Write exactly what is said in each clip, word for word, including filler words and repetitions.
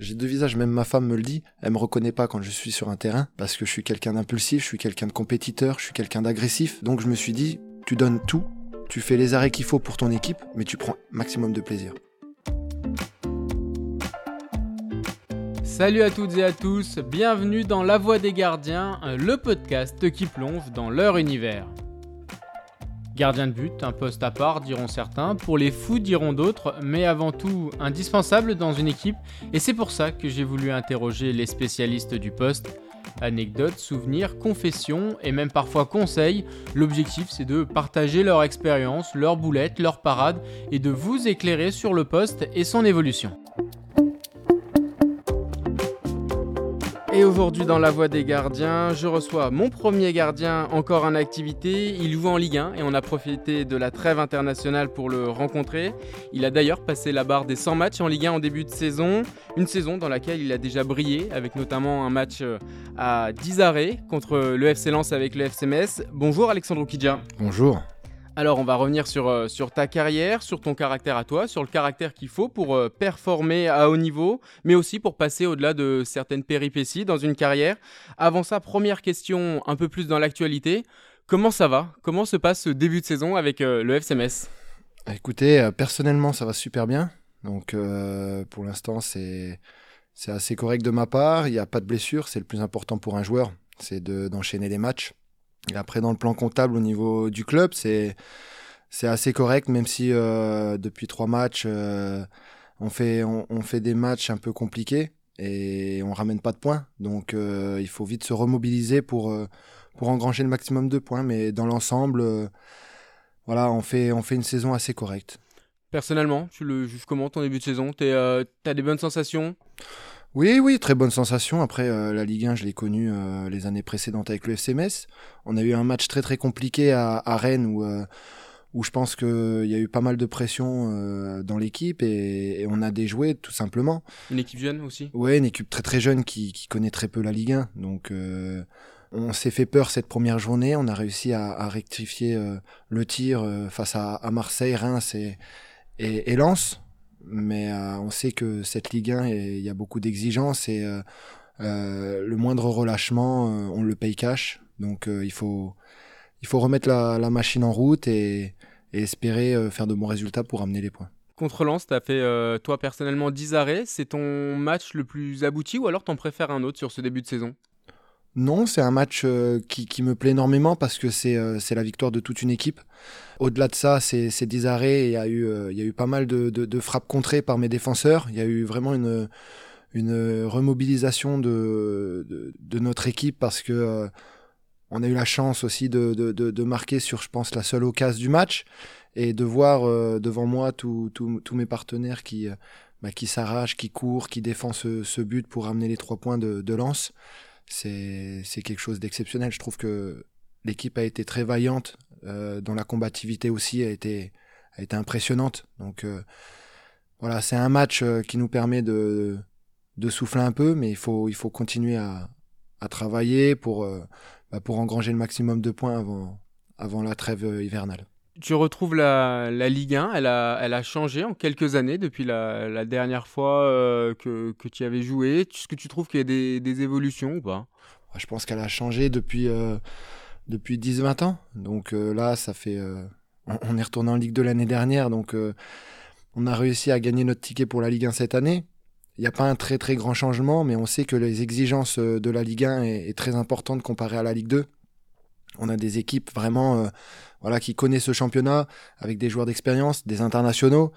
j'ai deux visages, même ma femme me le dit. Elle me reconnaît pas quand je suis sur un terrain parce que je suis quelqu'un d'impulsif, je suis quelqu'un de compétiteur, je suis quelqu'un d'agressif. Donc je me suis dit, tu donnes tout, tu fais les arrêts qu'il faut pour ton équipe, mais tu prends maximum de plaisir. Salut à toutes et à tous, bienvenue dans La Voix des Gardiens, le podcast qui plonge dans leur univers. Gardien de but, un poste à part diront certains, pour les fous diront d'autres, mais avant tout indispensable dans une équipe, et c'est pour ça que j'ai voulu interroger les spécialistes du poste. Anecdotes, souvenirs, confessions et même parfois conseils, l'objectif c'est de partager leur expérience, leurs boulettes, leurs parades et de vous éclairer sur le poste et son évolution. Et aujourd'hui dans La Voix des Gardiens, je reçois mon premier gardien encore en activité. Il joue en Ligue un et on a profité de la trêve internationale pour le rencontrer. Il a d'ailleurs passé la barre des cent matchs en Ligue un en début de saison. Une saison dans laquelle il a déjà brillé avec notamment un match à dix arrêts contre le F C Lens avec le F C Metz. Bonjour Alexandre Oukidja. Bonjour. Alors on va revenir sur, euh, sur ta carrière, sur ton caractère à toi, sur le caractère qu'il faut pour euh, performer à haut niveau, mais aussi pour passer au-delà de certaines péripéties dans une carrière. Avant ça, première question un peu plus dans l'actualité. Comment ça va ? Comment se passe ce début de saison avec euh, le F C Metz ? Écoutez, euh, personnellement ça va super bien. Donc euh, pour l'instant c'est, c'est assez correct de ma part. Il n'y a pas de blessure, c'est le plus important pour un joueur, c'est de, d'enchaîner les matchs. Et après, dans le plan comptable au niveau du club, c'est, c'est assez correct, même si euh, depuis trois matchs, euh, on, fait, on, on fait des matchs un peu compliqués et on ramène pas de points. Donc, euh, il faut vite se remobiliser pour, euh, pour engranger le maximum de points. Mais dans l'ensemble, euh, voilà, on fait, on fait une saison assez correcte. Personnellement, tu le juges comment ton début de saison ? T'es, euh, t'as des bonnes sensations ? Oui, oui, très bonne sensation. Après, euh, la Ligue un, je l'ai connue euh, les années précédentes avec le F C Metz. On a eu un match très très compliqué à, à Rennes où, euh, où je pense qu'il y a eu pas mal de pression euh, dans l'équipe et, et on a déjoué tout simplement. Une équipe jeune aussi ? Oui, une équipe très très jeune qui, qui connaît très peu la Ligue un. Donc euh, on s'est fait peur cette première journée. On a réussi à, à rectifier euh, le tir euh, face à, à Marseille, Reims et, et, et Lens. Mais euh, on sait que cette Ligue un, il y a beaucoup d'exigences et euh, euh, le moindre relâchement, euh, on le paye cash. Donc euh, il faut il faut remettre la, la machine en route et, et espérer euh, faire de bons résultats pour amener les points. Contre Lens, tu as fait, euh, toi, personnellement, dix arrêts. C'est ton match le plus abouti ou alors t'en préfères un autre sur ce début de saison ? Non, c'est un match euh, qui, qui me plaît énormément parce que c'est, euh, c'est la victoire de toute une équipe. Au-delà de ça, c'est, c'est dix arrêts et il y a eu, euh, il y a eu pas mal de, de, de frappes contrées par mes défenseurs. Il y a eu vraiment une, une remobilisation de, de, de notre équipe parce que euh, on a eu la chance aussi de, de, de, de marquer sur, je pense, la seule occasion du match et de voir euh, devant moi tous tout, tout mes partenaires qui, euh, bah, qui s'arrachent, qui courent, qui défendent ce, ce but pour amener les trois points de, de Lens. C'est, c'est quelque chose d'exceptionnel. Je trouve que l'équipe a été très vaillante, euh, dans la combativité aussi a été, a été impressionnante. Donc euh, voilà, c'est un match euh, qui nous permet de, de souffler un peu, mais il faut, il faut continuer à, à travailler pour, euh, bah, pour engranger le maximum de points avant, avant la trêve hivernale. Tu retrouves la, la Ligue un, elle a, elle a changé en quelques années depuis la, la dernière fois euh, que, que tu y avais joué. Est-ce que tu trouves qu'il y a des, des évolutions ou pas ? Je pense qu'elle a changé depuis, euh, depuis dix vingt ans. Donc euh, là, ça fait, euh, on, on est retourné en Ligue deux l'année dernière. Donc euh, on a réussi à gagner notre ticket pour la Ligue un cette année. Il n'y a pas un très très grand changement, mais on sait que les exigences de la Ligue un est, est très importante comparée à la Ligue deux. On a des équipes vraiment euh, voilà, qui connaissent ce championnat avec des joueurs d'expérience, des internationaux.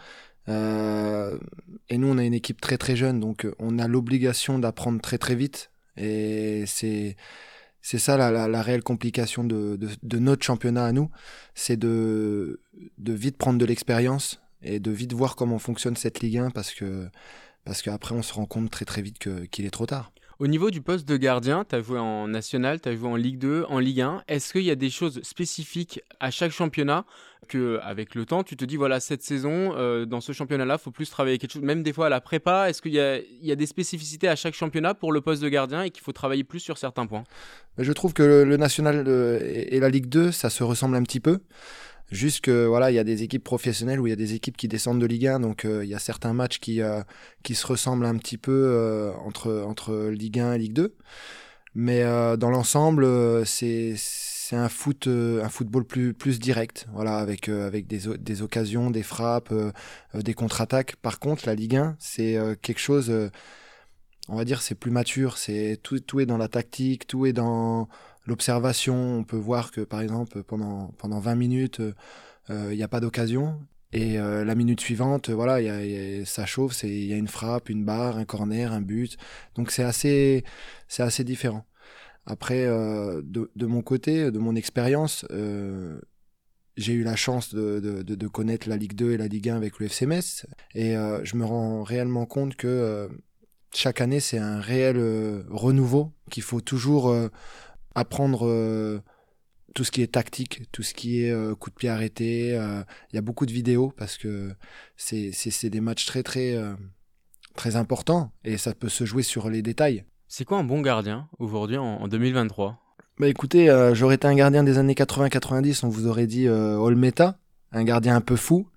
Euh, et nous, on a une équipe très très jeune, donc on a l'obligation d'apprendre très très vite. Et c'est, c'est ça la, la, la réelle complication de, de, de notre championnat à nous. C'est de, de vite prendre de l'expérience et de vite voir comment fonctionne cette Ligue un parce que, parce qu'après on se rend compte très très vite que, qu'il est trop tard. Au niveau du poste de gardien, tu as joué en National, tu as joué en Ligue deux, en Ligue un. Est-ce qu'il y a des choses spécifiques à chaque championnat qu'avec le temps, tu te dis, voilà, cette saison, euh, dans ce championnat-là, il faut plus travailler quelque chose, même des fois à la prépa. Est-ce qu'il y a, il y a des spécificités à chaque championnat pour le poste de gardien et qu'il faut travailler plus sur certains points ? Je trouve que le, le National et la Ligue deux, ça se ressemble un petit peu. Juste que voilà, il y a des équipes professionnelles où il y a des équipes qui descendent de Ligue un, donc euh, il y a certains matchs qui euh, qui se ressemblent un petit peu euh, entre entre Ligue un et Ligue deux. Mais euh, dans l'ensemble, euh, c'est c'est un foot euh, un football plus plus direct, voilà, avec euh, avec des o- des occasions, des frappes, euh, euh, des contre-attaques. Par contre, la Ligue un, c'est euh, quelque chose, euh, on va dire, c'est plus mature. C'est tout tout est dans la tactique, tout est dans l'observation. On peut voir que par exemple pendant pendant vingt minutes, euh, euh, il n'y a pas d'occasion. Et euh, la minute suivante, euh, voilà, il y a, il y a- ça chauffe, c'est, il y a une frappe, une barre, un corner, un but. Donc c'est assez, c'est assez différent. Après, euh, de, de mon côté, de mon expérience, euh, j'ai eu la chance de, de, de, de connaître la Ligue deux et la Ligue un avec le F C Metz. Et euh, je me rends réellement compte que euh, chaque année, c'est un réel euh, renouveau, qu'il faut toujours euh, apprendre. Euh, tout ce qui est tactique, tout ce qui est euh, coup de pied arrêté. Il euh, y a beaucoup de vidéos parce que c'est, c'est, c'est des matchs très très euh, très importants et ça peut se jouer sur les détails. C'est quoi un bon gardien aujourd'hui en, en deux mille vingt-trois? Bah écoutez, euh, j'aurais été un gardien des années quatre-vingts quatre-vingt-dix, on vous aurait dit euh, Olmeta, un gardien un peu fou,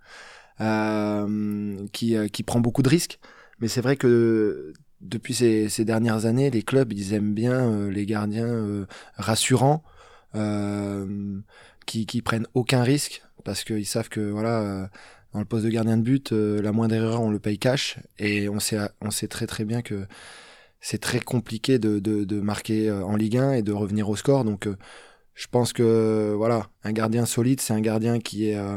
euh, qui, euh, qui prend beaucoup de risques. Mais c'est vrai que depuis ces, ces dernières années, les clubs, ils aiment bien euh, les gardiens euh, rassurants, euh, qui, qui prennent aucun risque parce qu'ils savent que voilà, euh, dans le poste de gardien de but, euh, la moindre erreur on le paye cash et on sait on sait très très bien que c'est très compliqué de, de, de marquer en Ligue un et de revenir au score. Donc euh, je pense que voilà, un gardien solide, c'est un gardien qui est euh,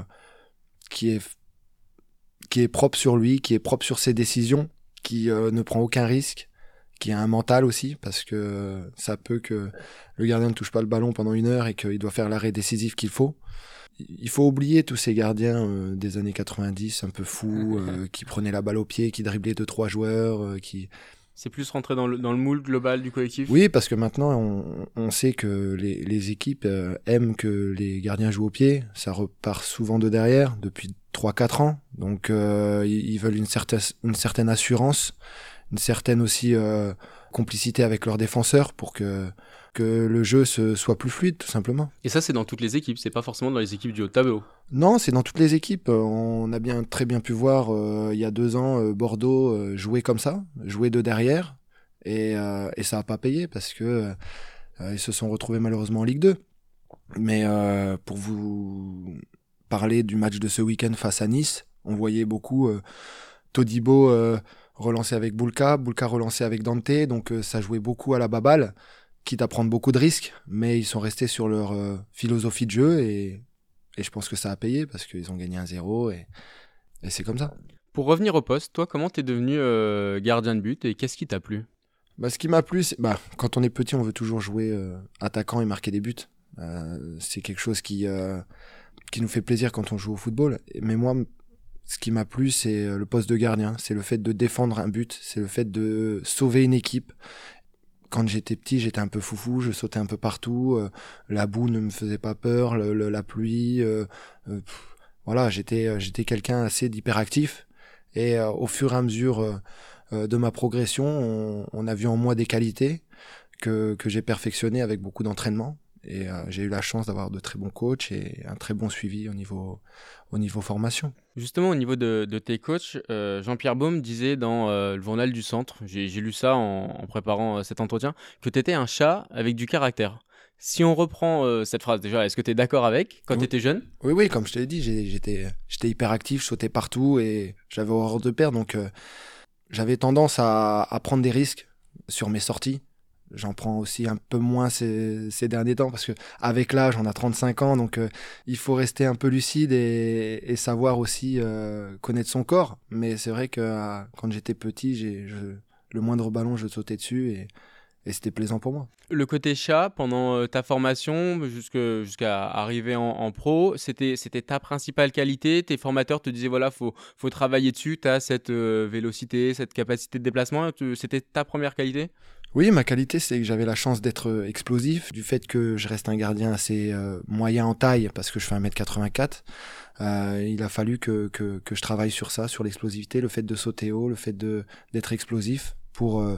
qui est qui est propre sur lui, qui est propre sur ses décisions, qui euh, ne prend aucun risque, qui a un mental aussi, parce que ça peut que le gardien ne touche pas le ballon pendant une heure et qu'il doit faire l'arrêt décisif qu'il faut. Il faut oublier tous ces gardiens euh, des années quatre-vingt-dix, un peu fous, euh, qui prenaient la balle au pied, qui driblaient deux, trois joueurs, euh, qui... C'est plus rentré dans le, dans le moule global du collectif? Oui, parce que maintenant, on, on sait que les, les équipes euh, aiment que les gardiens jouent au pied. Ça repart souvent de derrière, depuis trois quatre ans. Donc, euh, ils veulent une certaine, une certaine assurance, une certaine aussi euh, complicité avec leurs défenseurs pour que, que le jeu se, soit plus fluide, tout simplement. Et ça, c'est dans toutes les équipes, c'est pas forcément dans les équipes du haut de tableau? Non, c'est dans toutes les équipes. On a bien très bien pu voir euh, il y a deux ans euh, Bordeaux euh, jouer comme ça, jouer de derrière, et, euh, et ça n'a pas payé parce que euh, ils se sont retrouvés malheureusement en Ligue deux. Mais euh, pour vous parler du match de ce week-end face à Nice, on voyait beaucoup euh, Todibo euh, relancé avec Boulka, Boulka relancé avec Dante, donc euh, ça jouait beaucoup à la baballe, quitte à prendre beaucoup de risques, mais ils sont restés sur leur euh, philosophie de jeu et Et je pense que ça a payé parce qu'ils ont gagné un zéro et, et c'est comme ça. Pour revenir au poste, toi, comment t'es devenu euh, gardien de but et qu'est-ce qui t'a plu? Bah, ce qui m'a plu, c'est bah, quand on est petit, on veut toujours jouer euh, attaquant et marquer des buts. Euh, c'est quelque chose qui, euh, qui nous fait plaisir quand on joue au football. Mais moi, ce qui m'a plu, c'est le poste de gardien. C'est le fait de défendre un but. C'est le fait de sauver une équipe. Quand j'étais petit, j'étais un peu foufou, je sautais un peu partout, euh, la boue ne me faisait pas peur, le, le, la pluie, euh, euh, pff, voilà, j'étais euh, j'étais quelqu'un assez d'hyperactif et euh, au fur et à mesure euh, euh, de ma progression, on, on a vu en moi des qualités que que j'ai perfectionnées avec beaucoup d'entraînement et euh, j'ai eu la chance d'avoir de très bons coachs et un très bon suivi au niveau au niveau formation. Justement, au niveau de, de tes coachs, euh, Jean-Pierre Baume disait dans euh, le journal du Centre, j'ai, j'ai lu ça en, en préparant euh, cet entretien, que tu étais un chat avec du caractère. Si on reprend euh, cette phrase, déjà, est-ce que tu es d'accord avec quand Oui. tu étais jeune? Oui, oui, comme je te l'ai dit, j'ai, j'étais, j'étais hyperactif, je sautais partout et j'avais horreur de perdre, donc euh, j'avais tendance à, à prendre des risques sur mes sorties. J'en prends aussi un peu moins ces, ces derniers temps parce que avec l'âge, on a trente-cinq ans, donc euh, il faut rester un peu lucide et, et savoir aussi euh, connaître son corps. Mais c'est vrai que euh, quand j'étais petit, j'ai, je, le moindre ballon, je sautais dessus et, et c'était plaisant pour moi. Le côté chat, pendant euh, ta formation, jusque, jusqu'à arriver en, en pro, c'était, c'était ta principale qualité. Tes formateurs te disaient, voilà, faut, faut travailler dessus, tu as cette euh, vélocité, cette capacité de déplacement. Tu, c'était ta première qualité? Oui, ma qualité, c'est que j'avais la chance d'être explosif, du fait que je reste un gardien assez euh, moyen en taille, parce que je fais un mètre quatre-vingt-quatre. Euh, il a fallu que, que, que je travaille sur ça, sur l'explosivité, le fait de sauter haut, le fait de, d'être explosif, pour, euh,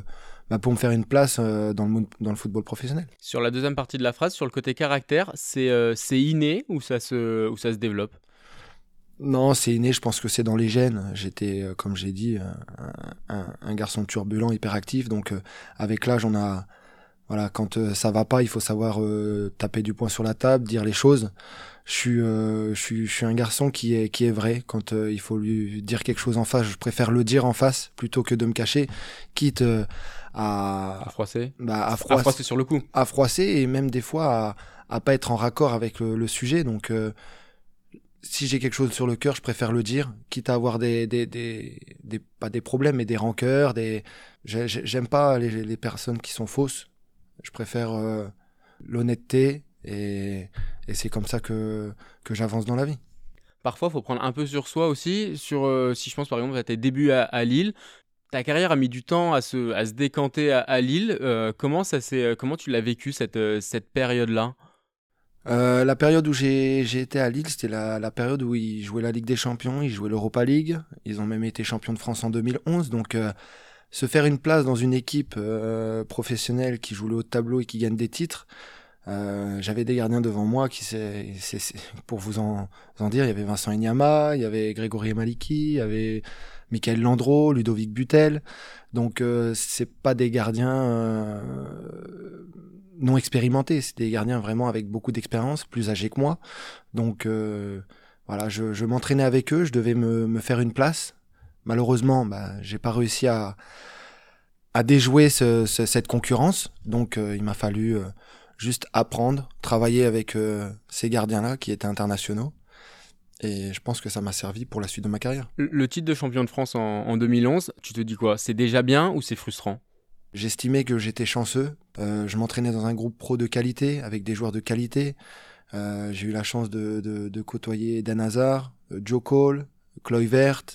bah, pour me faire une place euh, dans, le, dans le football professionnel. Sur la deuxième partie de la phrase, sur le côté caractère, c'est, euh, c'est inné ou ça se, ou ça se développe? Non, c'est inné, je pense que c'est dans les gènes. J'étais, euh, comme j'ai dit, un, un, un garçon turbulent, hyperactif, donc euh, avec l'âge, on a... Voilà, quand euh, ça va pas, il faut savoir euh, taper du poing sur la table, dire les choses. Je suis, euh, je suis, je suis un garçon qui est, qui est vrai. Quand euh, il faut lui dire quelque chose en face, je préfère le dire en face plutôt que de me cacher, quitte euh, à, À froisser bah, à, À froisser, froisser sur le coup. à froisser et même des fois à, à pas être en raccord avec le, le sujet. Donc, euh, si j'ai quelque chose sur le cœur, je préfère le dire, quitte à avoir des, des, des, des pas des problèmes, mais des rancœurs. Des, j'ai- j'ai- j'aime pas les, les personnes qui sont fausses. Je préfère euh, l'honnêteté et, et c'est comme ça que, que j'avance dans la vie. Parfois, il faut prendre un peu sur soi aussi. Sur, euh, si je pense par exemple à tes débuts à, à Lille, ta carrière a mis du temps à se, à se décanter à, à Lille. Euh, comment, ça s'est, euh, comment tu l'as vécu cette, euh, cette période-là? Euh, la période où j'ai, j'ai été à Lille, c'était la, la période où ils jouaient la Ligue des Champions, ils jouaient l'Europa League, ils ont même été champions de France en deux mille onze, donc euh, se faire une place dans une équipe euh, professionnelle qui joue le haut de tableau et qui gagne des titres. Euh, j'avais des gardiens devant moi qui c'est, c'est, c'est- pour vous en, en dire, il y avait Vincent Enyama, il y avait Grégory Maliki, il y avait Michael Landreau, Ludovic Butel. Donc euh, c'est pas des gardiens euh, non expérimentés, c'est des gardiens vraiment avec beaucoup d'expérience, plus âgés que moi. Donc euh, voilà, je, je m'entraînais avec eux, je devais me, me faire une place. Malheureusement, bah, j'ai pas réussi à, à déjouer ce, ce- cette concurrence. Donc euh, il m'a fallu euh, juste apprendre, travailler avec euh, ces gardiens-là qui étaient internationaux. Et je pense que ça m'a servi pour la suite de ma carrière. Le le titre de champion de France en, en deux mille onze, tu te dis quoi? C'est déjà bien ou c'est frustrant? J'estimais que j'étais chanceux. Euh, je m'entraînais dans un groupe pro de qualité, avec des joueurs de qualité. Euh, j'ai eu la chance de, de, de côtoyer Dan Hazard, euh, Joe Cole, Kluivert,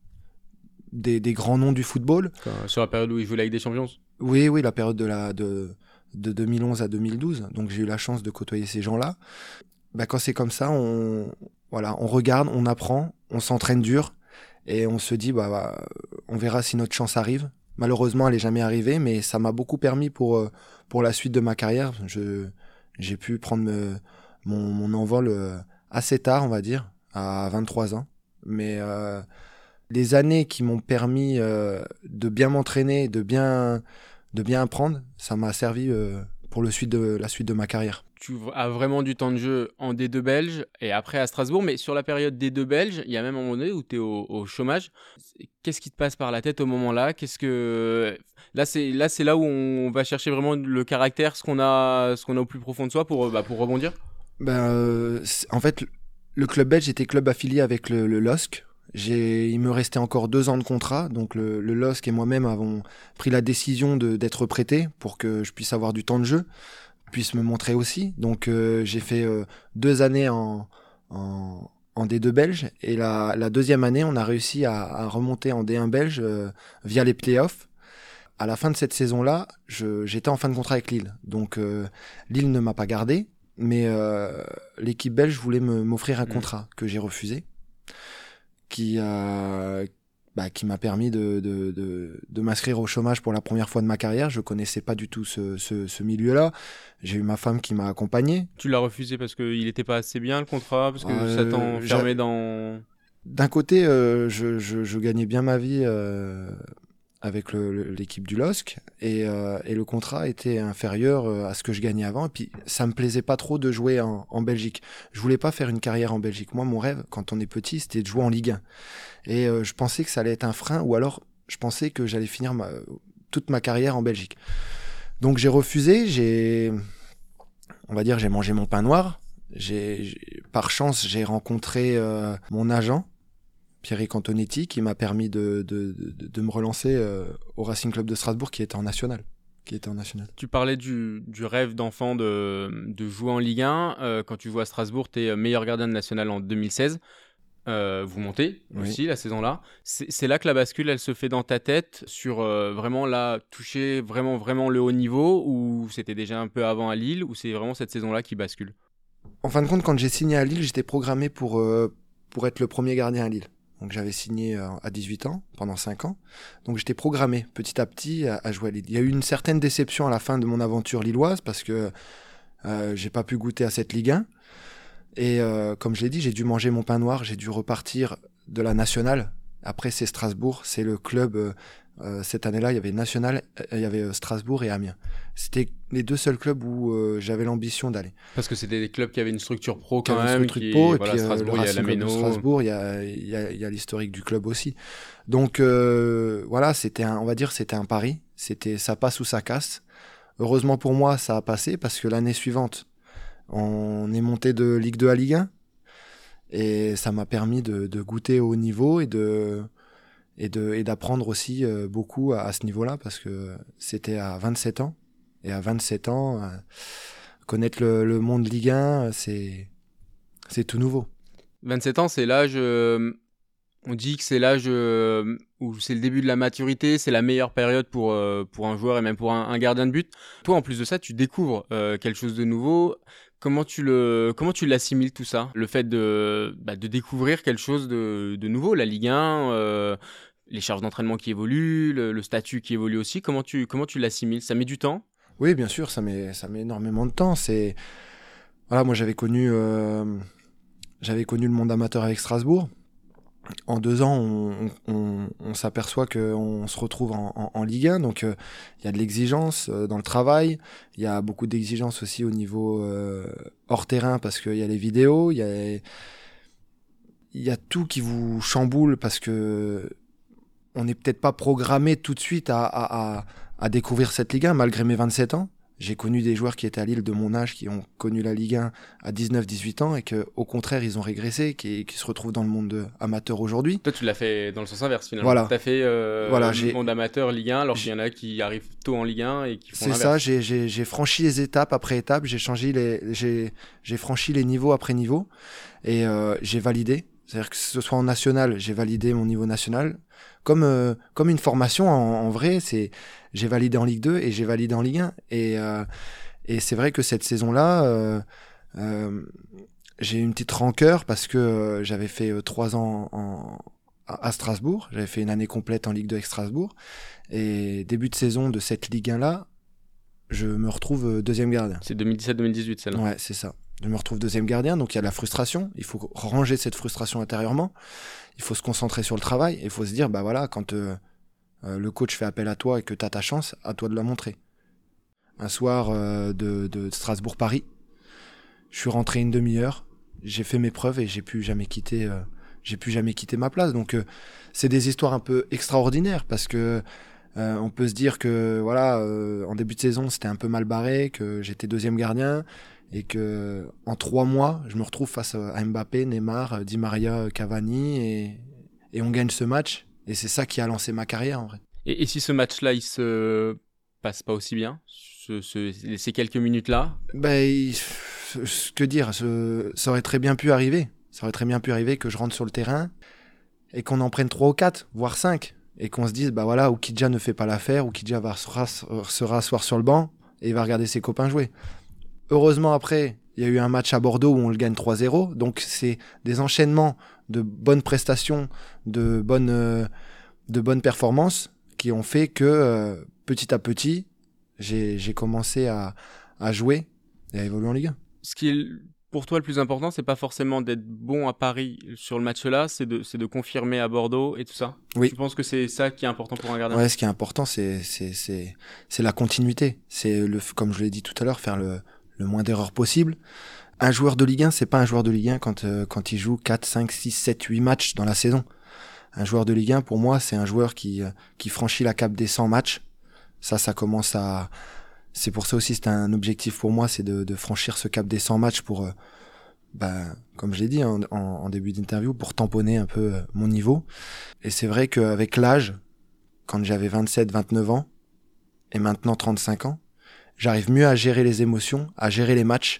des, des grands noms du football. Enfin, sur la période où il jouait la Ligue des Champions? Oui, oui, la période de, la, de, de deux mille onze à deux mille douze. Donc j'ai eu la chance de côtoyer ces gens-là. Bah, quand c'est comme ça, on, voilà, on regarde, on apprend, on s'entraîne dur et on se dit, bah, bah, on verra si notre chance arrive. Malheureusement, elle n'est jamais arrivée, mais ça m'a beaucoup permis pour, euh, pour la suite de ma carrière. Je, j'ai pu prendre me- mon, mon envol euh, assez tard, on va dire, à vingt-trois ans. Mais euh, les années qui m'ont permis euh, de bien m'entraîner, de bien, de bien apprendre, ça m'a servi euh, pour le suite de, la suite de ma carrière. Tu as vraiment du temps de jeu en D deux belge et après à Strasbourg, mais sur la période D deux belge, il y a même un moment donné où tu es au, au chômage. Qu'est-ce qui te passe par la tête au moment-là? Qu'est-ce que là c'est là c'est là où on va chercher vraiment le caractère, ce qu'on a ce qu'on a au plus profond de soi pour bah, pour rebondir. Ben, euh, c'est- en fait, le club belge était club affilié avec le, le L O S C. J'ai, il me restait encore deux ans de contrat, donc le, le L O S C et moi-même avons pris la décision de, d'être prêtés pour que je puisse avoir du temps de jeu, puisse me montrer aussi. Donc euh, j'ai fait euh, deux années en, en, en D deux belge et la, la deuxième année, on a réussi à, à remonter en D un belge euh, via les playoffs. À la fin de cette saison-là, je, j'étais en fin de contrat avec Lille, donc euh, Lille ne m'a pas gardé. Mais euh, l'équipe belge voulait me, m'offrir un Mm. contrat que j'ai refusé, qui, euh, bah, qui m'a permis de, de, de, de m'inscrire au chômage pour la première fois de ma carrière. Je connaissais pas du tout ce, ce, ce milieu-là. J'ai eu ma femme qui m'a accompagné. Tu l'as refusé parce qu'il n'était pas assez bien le contrat, parce que Euh, ça t'enfermait j'a- dans. D'un côté, euh, je, je, je gagnais bien ma vie euh, avec le- le- l'équipe du L O S C et, euh, et le contrat était inférieur euh, à ce que je gagnais avant. Et puis, ça me plaisait pas trop de jouer en, en Belgique. Je voulais pas faire une carrière en Belgique. Moi, mon rêve, quand on est petit, c'était de jouer en Ligue un. Et euh, je pensais que ça allait être un frein, ou alors je pensais que j'allais finir ma, toute ma carrière en Belgique. Donc j'ai refusé, j'ai, on va dire, j'ai mangé mon pain noir. J'ai, j'ai- par chance, j'ai rencontré euh, mon agent, Pierrick Antonetti, qui m'a permis de, de, de, de me relancer euh, au Racing Club de Strasbourg, qui était en national. Qui était en national. Tu parlais du, du rêve d'enfant de, de jouer en Ligue un. Euh, quand tu joues à Strasbourg, tu es meilleur gardien de national en deux mille seize. Euh, vous montez Oui. aussi la saison-là. C'est, c'est là que la bascule, elle se fait dans ta tête sur euh, vraiment là, toucher vraiment, vraiment le haut niveau, ou c'était déjà un peu avant à Lille, ou c'est vraiment cette saison-là qui bascule? En fin de compte, quand j'ai signé à Lille, j'étais programmé pour, euh, pour être le premier gardien à Lille. Donc j'avais signé à dix-huit ans, pendant cinq ans. Donc j'étais programmé petit à petit à, à jouer à Lille. Il y a eu une certaine déception à la fin de mon aventure lilloise parce que euh, j'ai pas pu goûter à cette Ligue un. Et euh, comme je l'ai dit, j'ai dû manger mon pain noir, j'ai dû repartir de la nationale. Après c'est Strasbourg, c'est le club... Euh, euh, cette année-là, il y avait National, euh, il y avait euh, Strasbourg et Amiens. C'était les deux seuls clubs où euh, j'avais l'ambition d'aller. Parce que c'était des clubs qui avaient une structure pro quand Qui même. Une structure qui... pro, et voilà, puis Strasbourg, euh, le il y a la Racing Club de Méno. Strasbourg, il y a, il y a, il y a l'historique du club aussi. Donc euh, voilà, c'était un, on va dire, c'était un pari. C'était ça passe ou ça casse. Heureusement pour moi, ça a passé parce que l'année suivante, on est monté de Ligue deux à Ligue un et ça m'a permis de, de goûter au haut niveau et de et de et d'apprendre aussi euh, beaucoup à, à ce niveau-là parce que c'était à vingt-sept ans et à vingt-sept ans euh, connaître le, le monde Ligue un, c'est c'est tout nouveau. vingt-sept ans, c'est l'âge euh, on dit que c'est l'âge euh, où c'est le début de la maturité, c'est la meilleure période pour euh, pour un joueur et même pour un, un gardien de but. Toi en plus de ça, tu découvres euh, quelque chose de nouveau. Comment tu le, comment tu l'assimiles tout ça, le fait de, bah, de découvrir quelque chose de, de nouveau, la Ligue un, euh, les charges d'entraînement qui évoluent, le, le statut qui évolue aussi. Comment tu, comment tu l'assimiles? Ça met du temps? Oui, bien sûr, ça met, ça met énormément de temps. C'est, voilà, moi j'avais connu, euh, j'avais connu le monde amateur avec Strasbourg. En deux ans, on, on, on s'aperçoit qu'on se retrouve en, en, en Ligue un, donc il euh, y a de l'exigence euh, dans le travail, il y a beaucoup d'exigence aussi au niveau euh, hors terrain parce qu'il y a les vidéos, il y a, il y a tout qui vous chamboule parce que on n'est peut-être pas programmé tout de suite à, à, à, à découvrir cette Ligue un malgré mes vingt-sept ans. J'ai connu des joueurs qui étaient à Lille de mon âge, qui ont connu la Ligue un à dix-neuf dix-huit ans et qu'au contraire, ils ont régressé, qui, qui se retrouvent dans le monde de, amateur aujourd'hui. Toi, tu l'as fait dans le sens inverse finalement. Voilà. Tu as fait euh, voilà, le monde amateur Ligue un, alors qu'il y en a qui arrivent tôt en Ligue un et qui font C'est l'inverse. ça, j'ai, j'ai, j'ai franchi les étapes après étapes, j'ai, changé les, j'ai, j'ai franchi les niveaux après niveau et euh, j'ai validé. C'est-à-dire que ce soit en national, j'ai validé mon niveau national. Comme, euh, comme une formation, en, en vrai, c'est j'ai validé en Ligue deux et j'ai validé en Ligue un. Et... Euh, Et c'est vrai que cette saison-là, euh, euh, j'ai eu une petite rancœur parce que euh, j'avais fait euh, trois ans en, à Strasbourg. J'avais fait une année complète en Ligue deux avec Strasbourg. Et début de saison de cette Ligue un-là, je me retrouve deuxième gardien. C'est deux mille dix-sept deux mille dix-huit, celle-là. Ouais, c'est ça. Je me retrouve deuxième gardien, donc il y a de la frustration. Il faut ranger cette frustration intérieurement. Il faut se concentrer sur le travail. Et il faut se dire, bah voilà, quand euh, euh, le coach fait appel à toi et que tu as ta chance, à toi de la montrer. Un soir euh, de, de Strasbourg-Paris. Je suis rentré une demi-heure, j'ai fait mes preuves et j'ai pu jamais quitter, euh, j'ai pu jamais quitter ma place. Donc euh, c'est des histoires un peu extraordinaires parce que euh, on peut se dire que voilà, euh, en début de saison c'était un peu mal barré, que j'étais deuxième gardien et que en trois mois je me retrouve face à Mbappé, Neymar, Di Maria, Cavani et, et on gagne ce match et c'est ça qui a lancé ma carrière en vrai. Et, et si ce match-là il se passe pas aussi bien? Ce, ce, ces quelques minutes-là ben, que dire, ce, ça aurait très bien pu arriver. Ça aurait très bien pu arriver que je rentre sur le terrain et qu'on en prenne trois ou quatre, voire cinq. Et qu'on se dise, bah voilà, Oukidja ne fait pas l'affaire, Oukidja va se, rass- se rasseoir sur le banc et il va regarder ses copains jouer. Heureusement, après, il y a eu un match à Bordeaux où on le gagne trois zéro. Donc, c'est des enchaînements de bonnes prestations, de bonnes, euh, de bonnes performances qui ont fait que, euh, petit à petit, J'ai, j'ai commencé à, à jouer et à évoluer en Ligue un. Ce qui est pour toi le plus important, c'est pas forcément d'être bon à Paris sur le match-là, c'est de, c'est de confirmer à Bordeaux et tout ça. Oui. Tu penses que c'est ça qui est important pour un gardien? Ouais, ce qui est important, c'est, c'est, c'est, c'est la continuité. C'est, le, comme je l'ai dit tout à l'heure, faire le, le moins d'erreurs possible. Un joueur de Ligue un, c'est pas un joueur de Ligue un quand, euh, quand il joue quatre, cinq, six, sept, huit matchs dans la saison. Un joueur de Ligue un, pour moi, c'est un joueur qui, euh, qui franchit la cape des cent matchs. Ça, ça commence à... C'est pour ça aussi, c'est un objectif pour moi, c'est de, de franchir ce cap des cent matchs pour, euh, bah, comme je l'ai dit en, en, en début d'interview, pour tamponner un peu euh, mon niveau. Et c'est vrai qu'avec l'âge, quand j'avais vingt-sept, vingt-neuf ans, et maintenant trente-cinq ans, j'arrive mieux à gérer les émotions, à gérer les matchs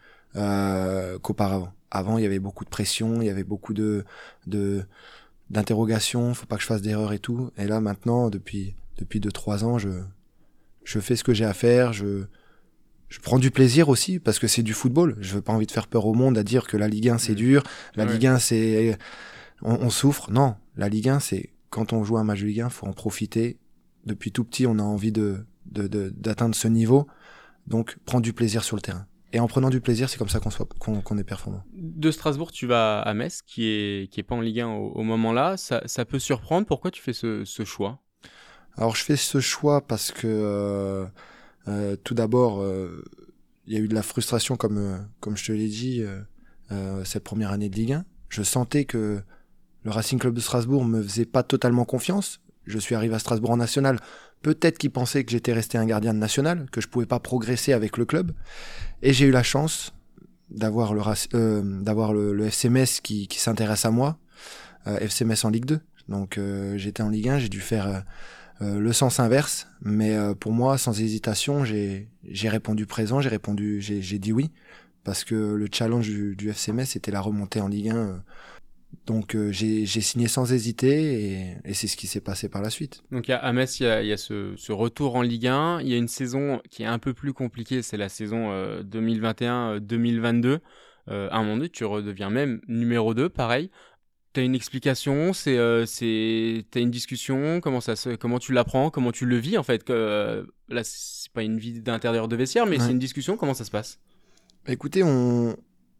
euh, qu'auparavant. Avant, il y avait beaucoup de pression, il y avait beaucoup de, de d'interrogations, faut pas que je fasse d'erreurs et tout. Et là, maintenant, depuis... Depuis deux trois ans, je, je fais ce que j'ai à faire, je, je prends du plaisir aussi, parce que c'est du football. Je veux pas envie de faire peur au monde à dire que la Ligue un, c'est dur, la ouais. Ligue un, c'est, on, on souffre. Non, la Ligue un, c'est quand on joue un match de Ligue un, faut en profiter. Depuis tout petit, on a envie de, de, de d'atteindre ce niveau, donc prendre du plaisir sur le terrain. Et en prenant du plaisir, c'est comme ça qu'on soit qu'on, qu'on est performant. De Strasbourg, tu vas à Metz, qui est qui est pas en Ligue un au, au moment là. Ça, ça peut surprendre. Pourquoi tu fais ce, ce choix? Alors je fais ce choix parce que euh, euh, tout d'abord, euh, il y a eu de la frustration, comme euh, comme je te l'ai dit, euh, euh, cette première année de Ligue un. Je sentais que le Racing Club de Strasbourg me faisait pas totalement confiance. Je suis arrivé à Strasbourg en national. Peut-être qu'ils pensaient que j'étais resté un gardien de national, que je pouvais pas progresser avec le club. Et j'ai eu la chance d'avoir le, euh, d'avoir le, le F C Metz qui, qui s'intéresse à moi. Euh, F C Metz en Ligue deux. Donc euh, j'étais en Ligue un, j'ai dû faire euh, euh, le sens inverse. Mais euh, pour moi, sans hésitation, j'ai, j'ai répondu présent, j'ai répondu, j'ai, j'ai dit oui. Parce que le challenge du, du F C Metz, c'était la remontée en Ligue un. Euh, Donc euh, j'ai, j'ai signé sans hésiter et, et c'est ce qui s'est passé par la suite. Donc à Metz, il y a, il y a ce, ce retour en Ligue un. Il y a une saison qui est un peu plus compliquée, c'est la saison euh, deux mille vingt et un deux mille vingt-deux. Euh, à un moment donné, tu redeviens même numéro deux, pareil. T'as une explication, c'est, euh, c'est, t'as une discussion, comment ça se, comment tu l'apprends, comment tu le vis en fait. Que, euh, là, c'est pas une vie d'intérieur de vestiaire, mais ouais. C'est une discussion. Comment ça se passe? Bah, écoutez, on,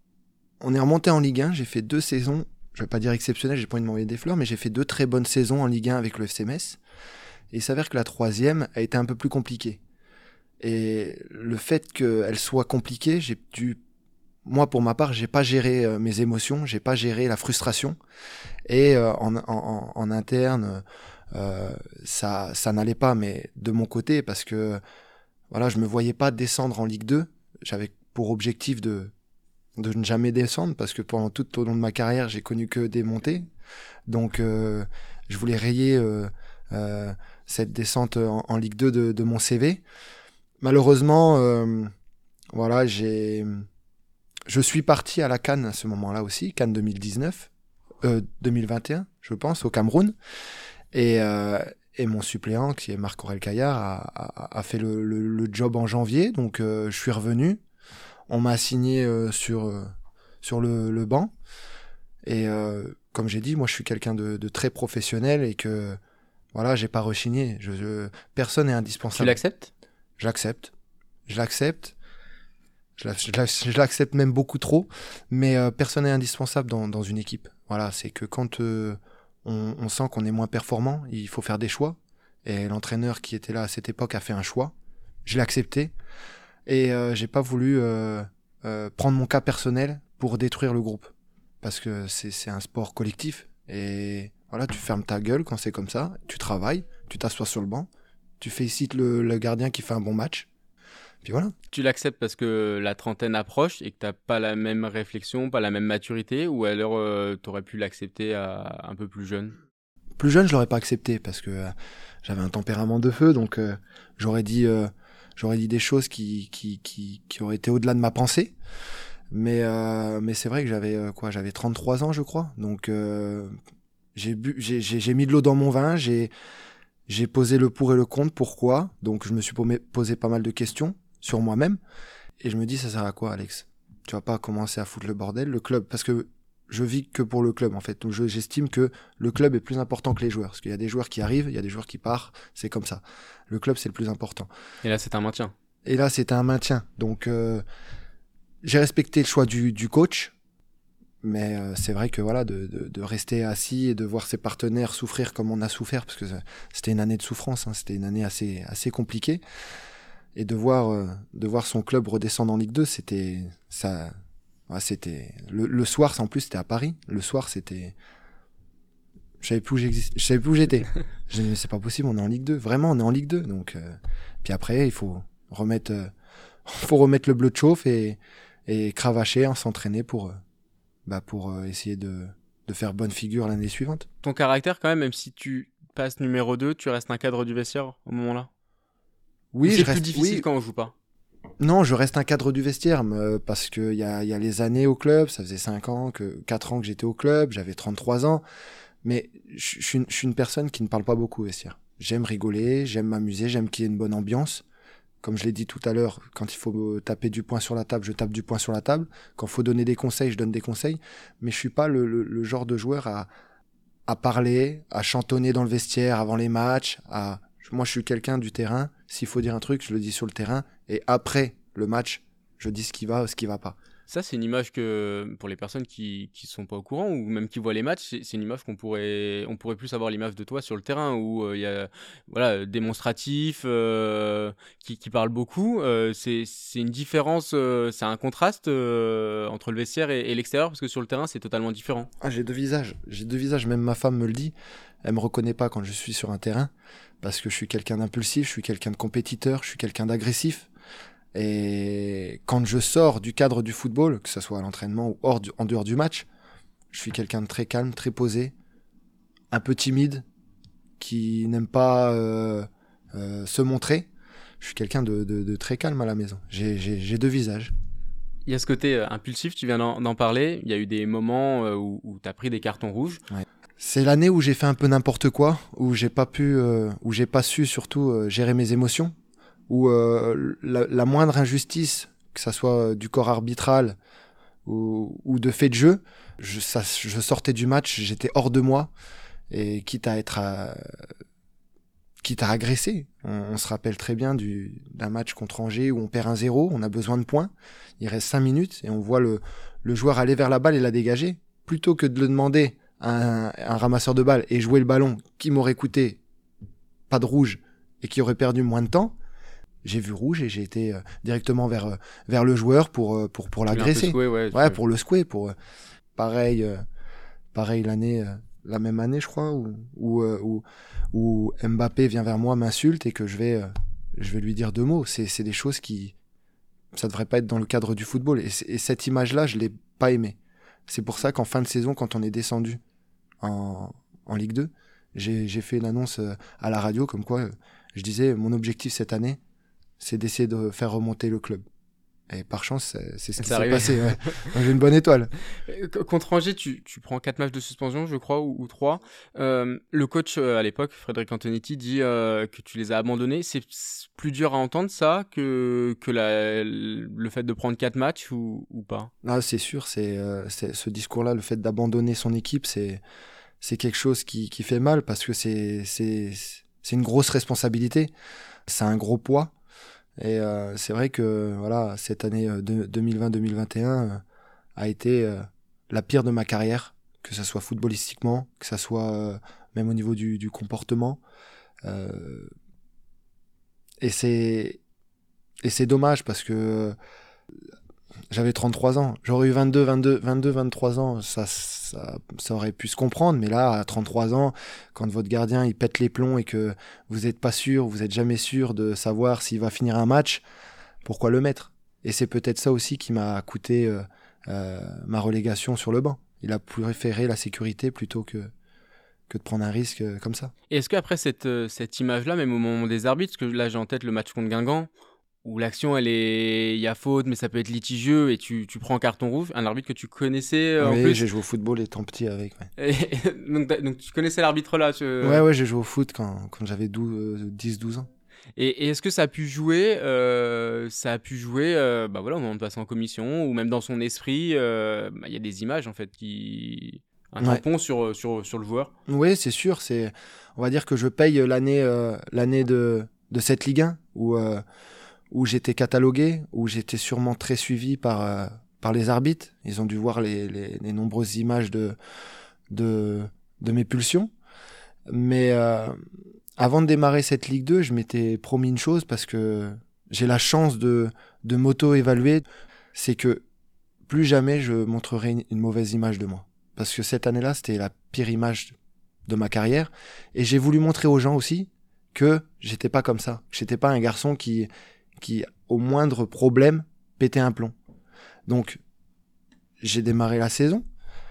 on est remonté en Ligue un. J'ai fait deux saisons. Je vais pas dire exceptionnelles, j'ai pas envie de m'envoyer des fleurs, mais j'ai fait deux très bonnes saisons en Ligue un avec le F C Metz. Et il s'avère que la troisième a été un peu plus compliquée. Et le fait qu'elle soit compliquée, j'ai dû, moi pour ma part, j'ai pas géré euh, mes émotions, j'ai pas géré la frustration. Et euh, en, en, en interne, euh, ça, ça n'allait pas, mais de mon côté, parce que voilà, je me voyais pas descendre en Ligue deux. J'avais pour objectif de de ne jamais descendre, parce que pendant tout au long de ma carrière, j'ai connu que des montées. Donc, euh, je voulais rayer euh, euh, cette descente en, en Ligue deux de, de mon C V. Malheureusement, euh, voilà, j'ai, je suis parti à la CAN à ce moment-là aussi, CAN deux mille dix-neuf, euh, deux mille vingt et un, je pense, au Cameroun. Et, euh, et mon suppléant, qui est Marc-Aurel Caillard, a, a, a fait le, le, le job en janvier. Donc, euh, je suis revenu. On m'a assigné euh, sur, euh, sur le, le banc. Et euh, comme j'ai dit, moi, je suis quelqu'un de, de très professionnel et que, voilà, j'ai pas rechigné. Je, je, personne n'est indispensable. Tu l'acceptes ? J'accepte. Je l'accepte. Je, je, je l'accepte même beaucoup trop. Mais euh, personne n'est indispensable dans, dans une équipe. Voilà, c'est que quand euh, on, on sent qu'on est moins performant, il faut faire des choix. Et l'entraîneur qui était là à cette époque a fait un choix. Je l'ai accepté. Et euh, j'ai pas voulu euh, euh, prendre mon cas personnel pour détruire le groupe. Parce que c'est, c'est un sport collectif. Et voilà, tu fermes ta gueule quand c'est comme ça. Tu travailles, tu t'assois sur le banc. Tu félicites le, le gardien qui fait un bon match. Puis voilà. Tu l'acceptes parce que la trentaine approche et que t'as pas la même réflexion, pas la même maturité, ou alors euh, t'aurais pu l'accepter à un peu plus jeune ? Plus jeune, je l'aurais pas accepté parce que euh, j'avais un tempérament de feu. Donc euh, j'aurais dit... Euh, J'aurais dit des choses qui, qui, qui, qui auraient été au-delà de ma pensée. Mais, euh, mais c'est vrai que j'avais, euh, quoi, j'avais trente-trois ans, je crois. Donc, euh, j'ai, bu, j'ai, j'ai, j'ai mis de l'eau dans mon vin. J'ai, j'ai posé le pour et le contre. Pourquoi ? Donc, je me suis posé pas mal de questions sur moi-même. Et je me dis, ça sert à quoi, Alex ? Tu vas pas commencer à foutre le bordel, le club. Parce que je vis que pour le club, en fait. Donc, je, j'estime que le club est plus important que les joueurs. Parce qu'il y a des joueurs qui arrivent, il y a des joueurs qui partent. C'est comme ça. Le club, c'est le plus important. Et là, c'est un maintien. Et là, c'était un maintien. Donc, euh, j'ai respecté le choix du, du coach. Mais euh, c'est vrai que voilà, de, de, de rester assis et de voir ses partenaires souffrir comme on a souffert, parce que c'était une année de souffrance, hein, c'était une année assez, assez compliquée. Et de voir, euh, de voir son club redescendre en Ligue deux, c'était... ça. Ouais, c'était le, le soir, en plus, c'était à Paris. Le soir, c'était... Je savais plus où j'existais. Je savais plus où j'étais. J'ai dit, mais c'est pas possible, on est en Ligue deux. Vraiment, on est en Ligue deux. Donc, euh... puis après, il faut remettre, euh... faut remettre le bleu de chauffe et, et cravacher, hein, s'entraîner pour, euh... bah, pour euh, essayer de... de faire bonne figure l'année suivante. Ton caractère, quand même, même si tu passes numéro deux, tu restes un cadre du vestiaire au moment-là ? Oui, c'est je plus reste... difficile oui. quand on joue pas. Non, je reste un cadre du vestiaire euh, parce que il y a, y a les années au club. Ça faisait cinq ans, que quatre ans que j'étais au club. J'avais trente-trois ans. Mais je suis une personne qui ne parle pas beaucoup au vestiaire. J'aime rigoler, j'aime m'amuser, j'aime qu'il y ait une bonne ambiance. Comme je l'ai dit tout à l'heure, quand il faut taper du poing sur la table, je tape du poing sur la table. Quand il faut donner des conseils, je donne des conseils. Mais je suis pas le, le, le genre de joueur à, à parler, à chantonner dans le vestiaire avant les matchs. À... Moi, je suis quelqu'un du terrain. S'il faut dire un truc, je le dis sur le terrain. Et après le match, je dis ce qui va ou ce qui va pas. Ça, c'est une image que, pour les personnes qui ne sont pas au courant ou même qui voient les matchs, c'est, c'est une image qu'on pourrait, on pourrait plus avoir l'image de toi sur le terrain où il euh, y a voilà, démonstratif, euh, qui, qui parle beaucoup. Euh, c'est, c'est une différence, euh, c'est un contraste euh, entre le vestiaire et, et l'extérieur parce que sur le terrain, c'est totalement différent. Ah, j'ai deux visages. J'ai deux visages. Même ma femme me le dit. Elle me reconnaît pas quand je suis sur un terrain parce que je suis quelqu'un d'impulsif, je suis quelqu'un de compétiteur, je suis quelqu'un d'agressif. Et quand je sors du cadre du football, que ce soit à l'entraînement ou hors du, en dehors du match, je suis quelqu'un de très calme, très posé, un peu timide, qui n'aime pas euh, euh, se montrer. Je suis quelqu'un de, de, de très calme à la maison. J'ai, j'ai, j'ai deux visages. Il y a ce côté euh, impulsif, tu viens d'en, d'en parler. Il y a eu des moments euh, où, où tu as pris des cartons rouges. Ouais. C'est l'année où j'ai fait un peu n'importe quoi, où j'ai pas pu, euh, où j'ai pas su surtout euh, gérer mes émotions. Où euh, la, la moindre injustice, que ça soit du corps arbitral ou, ou de fait de jeu, je, ça, je sortais du match, j'étais hors de moi, et quitte à être à, quitte à agresser. On, on se rappelle très bien du, d'un match contre Angers où on perd un zéro, on a besoin de points, il reste cinq minutes, et on voit le, le joueur aller vers la balle et la dégager. Plutôt que de le demander à un, à un ramasseur de balles et jouer le ballon qui m'aurait coûté pas de rouge et qui aurait perdu moins de temps, j'ai vu rouge et j'ai été euh, directement vers, euh, vers le joueur pour, euh, pour, pour l'agresser. Secoué, ouais, ouais, pour le secouer. Pour, euh, pareil, euh, pareil l'année, euh, la même année, je crois, où, où, euh, où, où Mbappé vient vers moi, m'insulte et que je vais, euh, je vais lui dire deux mots. C'est, c'est des choses qui... Ça devrait pas être dans le cadre du football. Et, et cette image-là, je l'ai pas aimée. C'est pour ça qu'en fin de saison, quand on est descendu en, en Ligue deux, j'ai, j'ai fait une annonce euh, à la radio comme quoi euh, je disais mon objectif cette année, c'est d'essayer de faire remonter le club. Et par chance, c'est, c'est ce qui c'est s'est arrivé. passé. Ouais. J'ai une bonne étoile. Contre Angers, tu, tu prends quatre matchs de suspension, je crois, ou, ou trois. Euh, le coach euh, à l'époque, Frédéric Antonetti, dit euh, que tu les as abandonnés. C'est plus dur à entendre ça que, que la, le fait de prendre quatre matchs ou, ou pas? Ah, c'est sûr, c'est, euh, c'est ce discours-là, le fait d'abandonner son équipe, c'est, c'est quelque chose qui, qui fait mal parce que c'est, c'est, c'est une grosse responsabilité. C'est un gros poids. Et euh, c'est vrai que voilà, cette année euh, de, deux mille vingt deux mille vingt et un euh, a été euh, la pire de ma carrière, que ce soit footballistiquement, que ce soit euh, même au niveau du, du comportement. Euh, et, c'est, et c'est dommage parce que euh, j'avais trente-trois ans. J'aurais eu vingt-deux, vingt-deux, vingt-deux, vingt-trois ans, ça, ça, ça aurait pu se comprendre. Mais là, à trente-trois ans, quand votre gardien il pète les plombs et que vous n'êtes pas sûr, vous n'êtes jamais sûr de savoir s'il va finir un match, pourquoi le mettre? Et c'est peut-être ça aussi qui m'a coûté euh, euh, ma relégation sur le banc. Il a préféré la sécurité plutôt que, que de prendre un risque euh, comme ça. Et est-ce qu'après cette, euh, cette image-là, même au moment des arbitres, parce que là j'ai en tête le match contre Guingamp, où l'action, elle est, il y a faute, mais ça peut être litigieux, et tu, tu prends un carton rouge, un arbitre que tu connaissais euh, oui, en plus. j'ai joué au football étant petit avec. Ouais. Et, donc, donc tu connaissais l'arbitre là tu... Ouais, ouais, j'ai joué au foot quand, quand j'avais dix douze ans. Et, et est-ce que ça a pu jouer, euh, ça a pu jouer, euh, bah voilà, au moment de passer en commission, ou même dans son esprit, il euh, bah, y a des images en fait qui, un tampon ouais. sur sur sur le joueur. Oui, c'est sûr. C'est, on va dire que je paye l'année euh, l'année de de cette Ligue un où euh, où j'étais catalogué, où j'étais sûrement très suivi par euh, par les arbitres. Ils ont dû voir les les, les nombreuses images de de de mes pulsions, mais euh, avant de démarrer cette Ligue deux, je m'étais promis une chose parce que j'ai la chance de, de m'auto-évaluer. C'est que plus jamais je montrerai une, une mauvaise image de moi. Parce que cette année-là, c'était la pire image de ma carrière. Et j'ai voulu montrer aux gens aussi que j'étais pas comme ça. J'étais pas un garçon qui, qui au moindre problème, pétait un plomb. Donc, j'ai démarré la saison.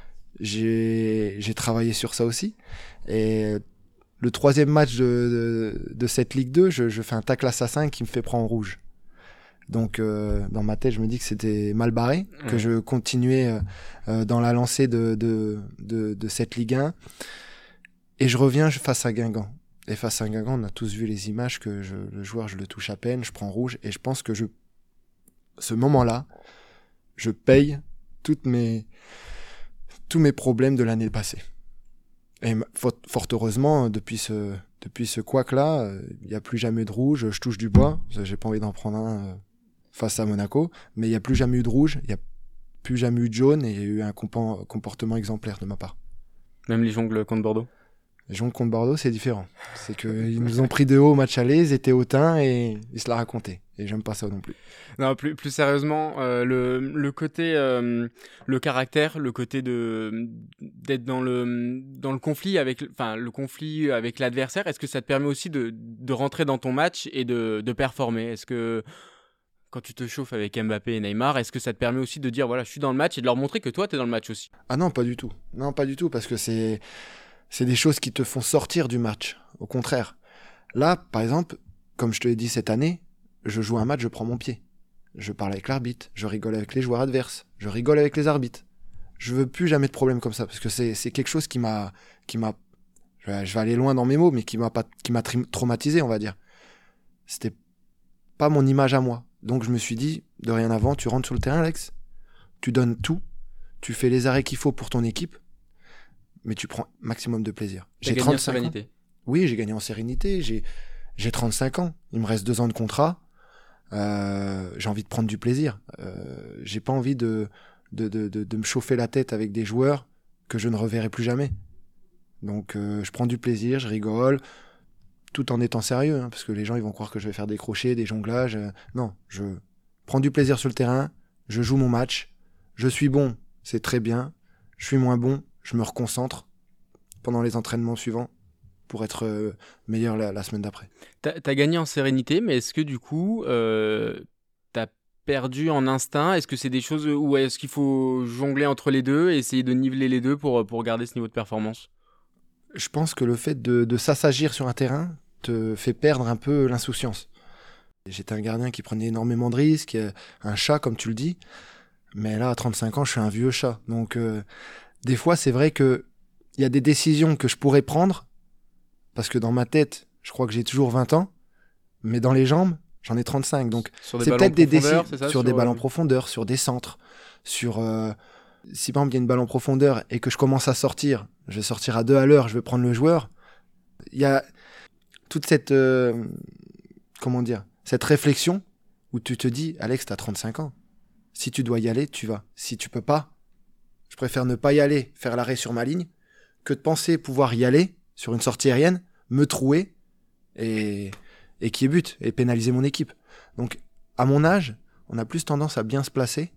J'ai, j'ai travaillé sur ça aussi. Et le troisième match de, de, de cette Ligue deux, je, je fais un tacle assassin qui me fait prendre en rouge. Donc, euh, dans ma tête, je me dis que c'était mal barré, mmh. que je continuais euh, dans la lancée de, de, de, de cette Ligue un. Et je reviens face à Guingamp. Et face à Guingamp, on a tous vu les images que je, le joueur, je le touche à peine, je prends rouge. Et je pense que je, ce moment-là, je paye toutes mes, tous mes problèmes de l'année passée. Et fort, fort heureusement, depuis ce, depuis ce couac-là, il n'y a plus jamais eu de rouge. Je touche du bois, j'ai pas envie d'en prendre un euh, face à Monaco, mais il n'y a plus jamais eu de rouge, il n'y a plus jamais eu de jaune, et il y a eu un compa- comportement exemplaire de ma part. Même les jongles contre Bordeaux? Les jongles contre Bordeaux, c'est différent. C'est qu'ils nous ont pris de haut au match aller, ils étaient hautains et ils se la racontaient. Et j'aime pas ça non plus. Non, plus, plus sérieusement, euh, le, le côté, euh, le caractère, le côté de d'être dans le dans le conflit avec, enfin le conflit avec l'adversaire. Est-ce que ça te permet aussi de de rentrer dans ton match et de de performer? Est-ce que quand tu te chauffes avec Mbappé et Neymar, est-ce que ça te permet aussi de dire voilà, je suis dans le match et de leur montrer que toi t'es dans le match aussi? Ah non, pas du tout. Non, pas du tout, parce que c'est c'est des choses qui te font sortir du match. Au contraire. Là, par exemple, comme je te l'ai dit cette année, je joue un match, je prends mon pied. Je parle avec l'arbitre, je rigole avec les joueurs adverses, je rigole avec les arbitres. Je veux plus jamais de problème comme ça, parce que c'est, c'est quelque chose qui m'a, qui m'a, je vais, je vais aller loin dans mes mots, mais qui m'a pas, qui m'a tri- traumatisé, on va dire. C'était pas mon image à moi. Donc je me suis dit, de rien avant, tu rentres sur le terrain, Alex, tu donnes tout, tu fais les arrêts qu'il faut pour ton équipe, mais tu prends maximum de plaisir. J'ai gagné en sérénité. Ans. Oui, j'ai gagné en sérénité. J'ai, j'ai trente-cinq ans. Il me reste deux ans de contrat. Euh, j'ai envie de prendre du plaisir. Euh, j'ai pas envie de de, de, de, de me chauffer la tête avec des joueurs que je ne reverrai plus jamais. Donc euh, je prends du plaisir, je rigole, tout en étant sérieux, hein, parce que les gens ils vont croire que je vais faire des crochets, des jonglages. Euh, non, je prends du plaisir sur le terrain, je joue mon match, je suis bon, c'est très bien, je suis moins bon, je me reconcentre pendant les entraînements suivants pour être euh, meilleur la, la semaine d'après. T'as, t'as gagné en sérénité, mais est-ce que du coup, euh, t'as perdu en instinct? Est-ce que c'est des choses où est-ce qu'il faut jongler entre les deux et essayer de niveler les deux pour, pour garder ce niveau de performance? Je pense que le fait de, de s'assagir sur un terrain te fait perdre un peu l'insouciance. J'étais un gardien qui prenait énormément de risques, un chat comme tu le dis, mais là à trente-cinq ans je suis un vieux chat. Donc euh, des fois c'est vrai que il y a des décisions que je pourrais prendre, parce que dans ma tête, je crois que j'ai toujours vingt ans, mais dans les jambes, j'en ai trente-cinq. Donc, sur des c'est peut-être des décisions c'est ça, sur, sur des balles euh... en profondeur, sur des centres, sur... Euh, si par exemple, il y a une balle en profondeur et que je commence à sortir, je vais sortir à deux à l'heure, je vais prendre le joueur. Il y a toute cette... Euh, comment dire, cette réflexion où tu te dis, Alex, t'as trente-cinq ans. Si tu dois y aller, tu vas. Si tu peux pas, je préfère ne pas y aller, faire l'arrêt sur ma ligne, que de penser pouvoir y aller sur une sortie aérienne, me trouer et, et qui est but, et pénaliser mon équipe. Donc, à mon âge, on a plus tendance à bien se placer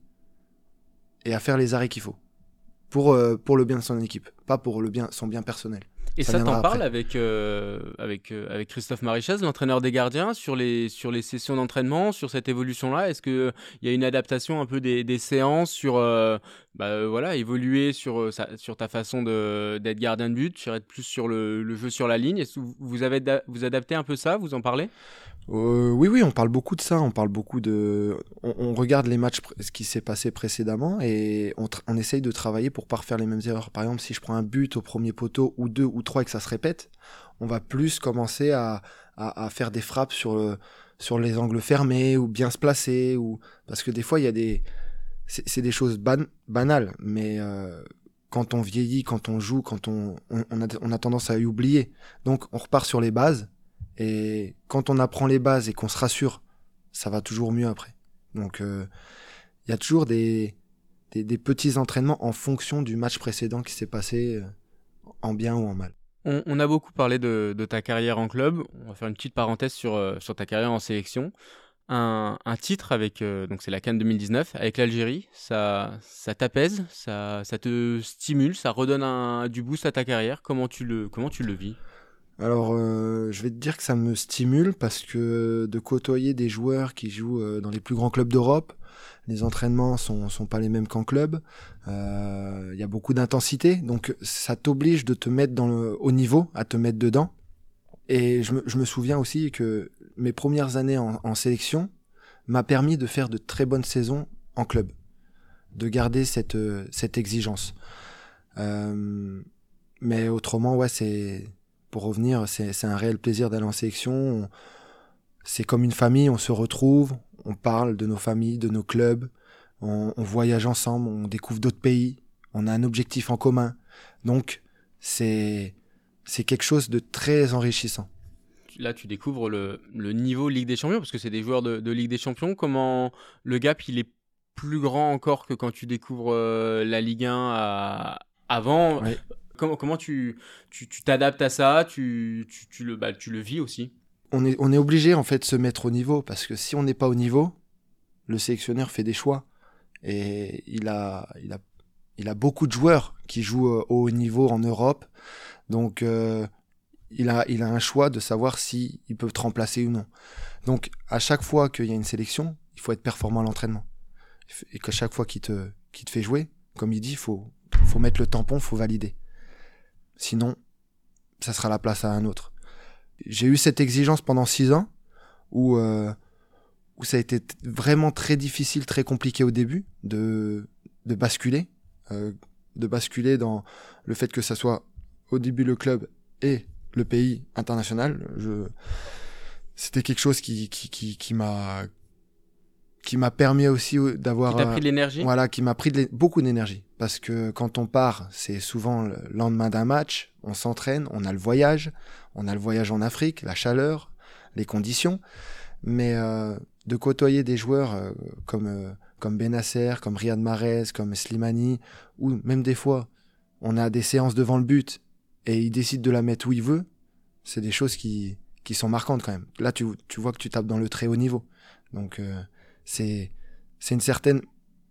et à faire les arrêts qu'il faut. Pour, euh, pour le bien de son équipe, pas pour le bien, son bien personnel. Et ça, ça t'en parles après. avec, euh, avec, euh, avec Christophe Marichaz, l'entraîneur des gardiens, sur les, sur les sessions d'entraînement, sur cette évolution-là? Est-ce qu'il y a une adaptation un peu des, des séances sur euh, bah, voilà, évoluer sur, sur ta façon de, d'être gardien de but, sur être plus sur le, le jeu sur la ligne? Est-ce que vous, avez da- vous adaptez un peu ça? Vous en parlez? Euh, oui, oui, on parle beaucoup de ça. On parle beaucoup de. On, on regarde les matchs, ce qui s'est passé précédemment, et on, tra- on essaye de travailler pour pas refaire les mêmes erreurs. Par exemple, si je prends un but au premier poteau, ou deux, ou trois, et que ça se répète, on va plus commencer à, à, à faire des frappes sur, le, sur les angles fermés, ou bien se placer, ou parce que des fois, il y a des. C'est, c'est des choses ban- banales, mais euh, quand on vieillit, quand on joue, quand on, on, on, a, on a tendance à y oublier. Donc, on repart sur les bases. Et quand on apprend les bases et qu'on se rassure, ça va toujours mieux après. Donc, il euh, y a toujours des, des, des petits entraînements en fonction du match précédent qui s'est passé, euh, en bien ou en mal. On, on a beaucoup parlé de, de ta carrière en club. On va faire une petite parenthèse sur, euh, sur ta carrière en sélection. Un, un titre avec, euh, donc c'est la CAN deux mille dix-neuf, avec l'Algérie, ça, ça t'apaise, ça, ça te stimule, ça redonne un, du boost à ta carrière. Comment tu le, comment tu le vis ? Alors, euh, je vais te dire que ça me stimule parce que de côtoyer des joueurs qui jouent euh, dans les plus grands clubs d'Europe, les entraînements sont, sont pas les mêmes qu'en club. Il euh, y a beaucoup d'intensité, donc ça t'oblige de te mettre dans le haut niveau, à te mettre dedans. Et je me, je me souviens aussi que mes premières années en, en sélection m'a permis de faire de très bonnes saisons en club, de garder cette, cette exigence. Euh, mais autrement, ouais, c'est... Pour revenir, c'est, c'est un réel plaisir d'aller en sélection. On, c'est comme une famille, on se retrouve, on parle de nos familles, de nos clubs, on, on voyage ensemble, on découvre d'autres pays, on a un objectif en commun. Donc, c'est, c'est quelque chose de très enrichissant. Là, tu découvres le, le niveau Ligue des Champions, parce que c'est des joueurs de, de Ligue des Champions. Comment le gap, il est plus grand encore que quand tu découvres euh, la Ligue un à, avant. Oui. Comment, comment tu, tu, tu t'adaptes à ça, tu, tu, tu, le, bah, tu le vis aussi. On est, on est obligé en fait de se mettre au niveau, parce que si on n'est pas au niveau, le sélectionneur fait des choix. Et il a, il a, il a beaucoup de joueurs qui jouent au haut niveau en Europe. Donc, euh, il a, il a un choix de savoir s'ils peuvent te remplacer ou non. Donc, à chaque fois qu'il y a une sélection, il faut être performant à l'entraînement. Et qu'à chaque fois qu'il te, qu'il te fait jouer, comme il dit, il faut, faut mettre le tampon, il faut valider. Sinon, ça sera la place à un autre. J'ai eu cette exigence pendant six ans où, euh, où ça a été t- vraiment très difficile, très compliqué au début de, de basculer, euh, de basculer dans le fait que ça soit au début le club et le pays international. Je... C'était quelque chose qui, qui, qui, qui m'a qui m'a permis aussi d'avoir... Qui t'a pris de l'énergie ? Voilà, qui m'a pris de l'é- beaucoup d'énergie. Parce que quand on part, c'est souvent le lendemain d'un match, on s'entraîne, on a le voyage, on a le voyage en Afrique, la chaleur, les conditions. Mais euh, de côtoyer des joueurs euh, comme, euh, comme Benasser, comme Riyad Mahrez, comme Slimani, ou même des fois, on a des séances devant le but et il décide de la mettre où il veut, c'est des choses qui, qui sont marquantes quand même. Là, tu, tu vois que tu tapes dans le très haut niveau. Donc, euh, c'est, c'est une certaine,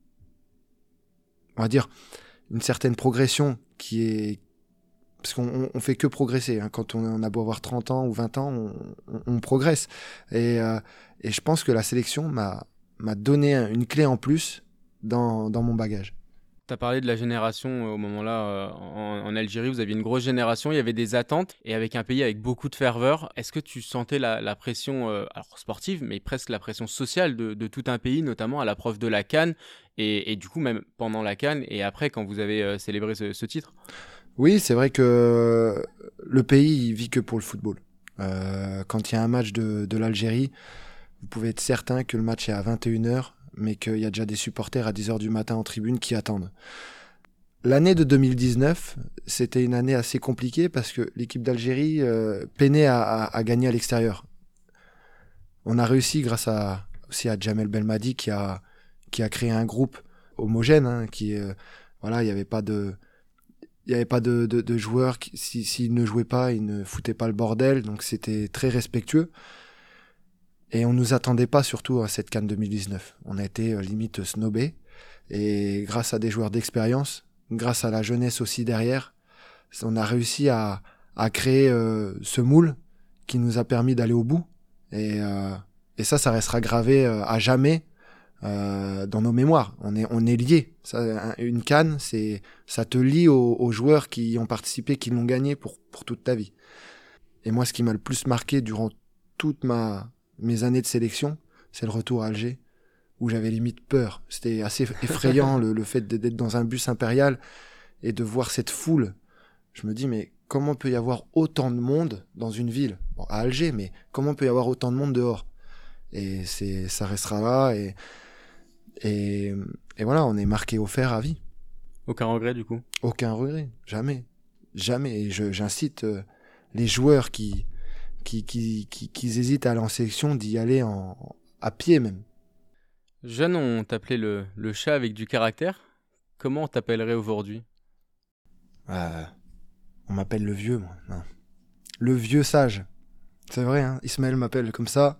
on va dire, une certaine progression qui est... Parce qu'on on fait que progresser. Hein. Quand on, on a beau avoir trente ans ou vingt ans, on, on, on progresse. Et, euh, et je pense que la sélection m'a, m'a donné une clé en plus dans, dans mon bagage. Tu as parlé de la génération euh, au moment-là euh, en, en Algérie, vous aviez une grosse génération, il y avait des attentes, et avec un pays avec beaucoup de ferveur, est-ce que tu sentais la, la pression, euh, alors sportive, mais presque la pression sociale de, de tout un pays, notamment à l'approche de la CAN, et, et du coup même pendant la CAN, et après quand vous avez euh, célébré ce, ce titre ? Oui, c'est vrai que le pays il vit que pour le football. Euh, quand il y a un match de, de l'Algérie, vous pouvez être certain que le match est à vingt et une heures, mais qu'il y a déjà des supporters à dix heures du matin en tribune qui attendent. L'année de deux mille dix-neuf, c'était une année assez compliquée parce que l'équipe d'Algérie euh, peinait à, à, à gagner à l'extérieur. On a réussi grâce à, aussi à Djamel Belmadi qui a, qui a créé un groupe homogène, hein, qui, euh, voilà, il n'y avait pas de... Il n'y avait pas de, de, de joueurs qui, si, s'ils ne jouaient pas, ils ne foutaient pas le bordel, donc c'était très respectueux. Et on nous attendait pas surtout à cette CAN deux mille dix-neuf. On a été euh, limite snobés. Et grâce à des joueurs d'expérience, grâce à la jeunesse aussi derrière, on a réussi à, à créer euh, ce moule qui nous a permis d'aller au bout. Et, euh, et ça, ça restera gravé euh, à jamais euh, dans nos mémoires. On est, on est liés. Ça, une CAN, c'est, ça te lie aux, aux joueurs qui y ont participé, qui l'ont gagné pour, pour toute ta vie. Et moi, ce qui m'a le plus marqué durant toute ma... mes années de sélection, c'est le retour à Alger, où j'avais limite peur. C'était assez effrayant, le, le fait d'être dans un bus impérial et de voir cette foule. Je me dis, mais comment peut y avoir autant de monde dans une ville ? Bon, à Alger, mais comment peut y avoir autant de monde dehors ? Et c'est, ça restera là, et, et, et voilà, on est marqué au fer à vie. Aucun regret du coup ? Aucun regret, jamais. Jamais. Et je, j'incite euh, les joueurs qui... Qui, qui, qui, qui hésitent à aller en sélection, d'y aller en, à pied même. Jeune, on t'appelait le, le chat avec du caractère. Comment on t'appellerait aujourd'hui ? euh, On m'appelle le vieux, moi. Non. Le vieux sage. C'est vrai, hein, Ismaël m'appelle comme ça.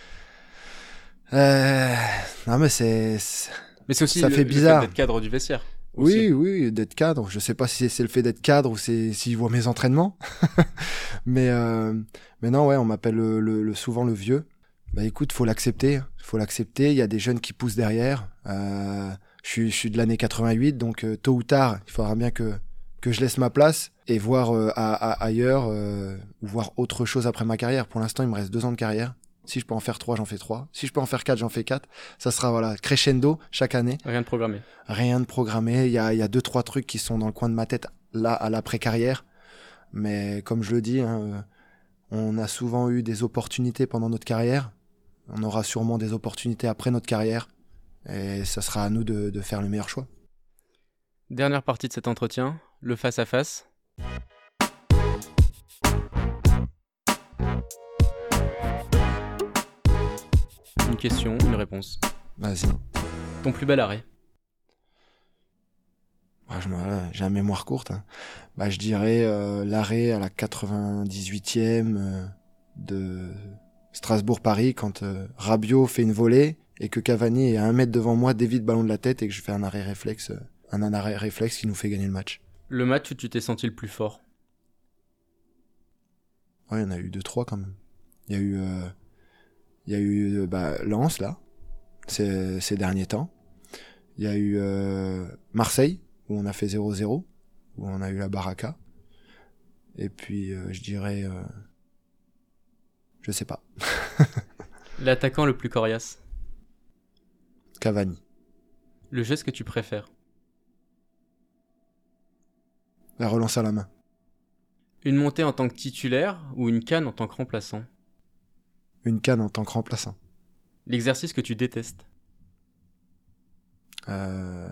Euh... Non, mais c'est... c'est... Mais c'est aussi ça le, fait bizarre. Le fait d'être cadre du vestiaire. Oui, oui, d'être cadre. Je sais pas si c'est, c'est le fait d'être cadre ou c'est s'il voit mes entraînements. mais, euh, mais non, ouais, on m'appelle le, le, le, souvent le vieux. Bah écoute, faut l'accepter. Faut l'accepter. Il y a des jeunes qui poussent derrière. Euh, je suis, je suis de l'année quatre-vingt-huit, donc euh, tôt ou tard, il faudra bien que, que je laisse ma place et voir euh, à, à, ailleurs euh, ou voir autre chose après ma carrière. Pour l'instant, il me reste deux ans de carrière. Si je peux en faire trois, j'en fais trois. Si je peux en faire quatre, j'en fais quatre. Ça sera, voilà, crescendo chaque année. Rien de programmé. Rien de programmé. Il y a, il y a deux, trois trucs qui sont dans le coin de ma tête, là, à l'après-carrière. Mais comme je le dis, hein, on a souvent eu des opportunités pendant notre carrière. On aura sûrement des opportunités après notre carrière. Et ça sera à nous de, de faire le meilleur choix. Dernière partie de cet entretien, le face-à-face. question, une réponse. Vas-y. Ton plus bel arrêt? Ah, je me- j'ai une mémoire courte. Hein. Bah, je dirais euh, l'arrêt à la quatre-vingt-dix-huitième euh, de Strasbourg-Paris quand euh, Rabiot fait une volée et que Cavani est à un mètre devant moi, dévie le ballon de la tête et que je fais un arrêt réflexe, euh, un, un arrêt réflexe qui nous fait gagner le match. Le match où tu t'es senti le plus fort? Ouais, il y en a eu deux, trois quand même. Il y a eu, euh, il y a eu euh, bah, Lens, là, ces, ces derniers temps. Il y a eu euh, Marseille, où on a fait zéro zéro, où on a eu la baraka. Et puis, euh, je dirais... Euh, je sais pas. L'attaquant le plus coriace? Cavani. Le geste que tu préfères? La relance à la main. Une montée en tant que titulaire ou une canne en tant que remplaçant? Une canne en tant que remplaçant. L'exercice que tu détestes? Euh...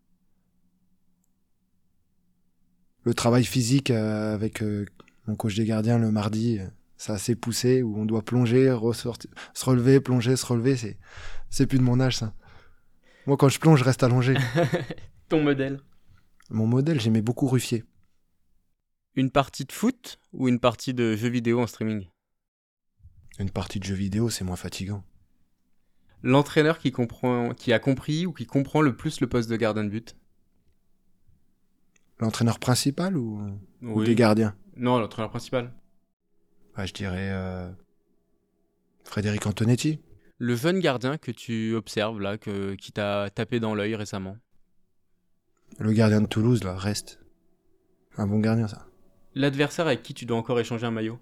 Le travail physique euh, avec euh, mon coach des gardiens le mardi, euh, c'est assez poussé, où on doit plonger, ressortir, se relever, plonger, se relever, c'est, c'est plus de mon âge ça. Moi quand je plonge, je reste allongé. Ton modèle? Mon modèle, j'aimais beaucoup Ruffier. Une partie de foot ou une partie de jeux vidéo en streaming? Une partie de jeux vidéo, c'est moins fatigant. L'entraîneur qui comprend, qui a compris ou qui comprend le plus le poste de gardien de but? L'entraîneur principal ou, ou Oui. des gardiens? Non, l'entraîneur principal. Bah, je dirais euh... Frédéric Antonetti. Le jeune gardien que tu observes là, que, qui t'a tapé dans l'œil récemment? Le gardien de Toulouse, là, reste. Un bon gardien, ça. L'adversaire avec qui tu dois encore échanger un maillot?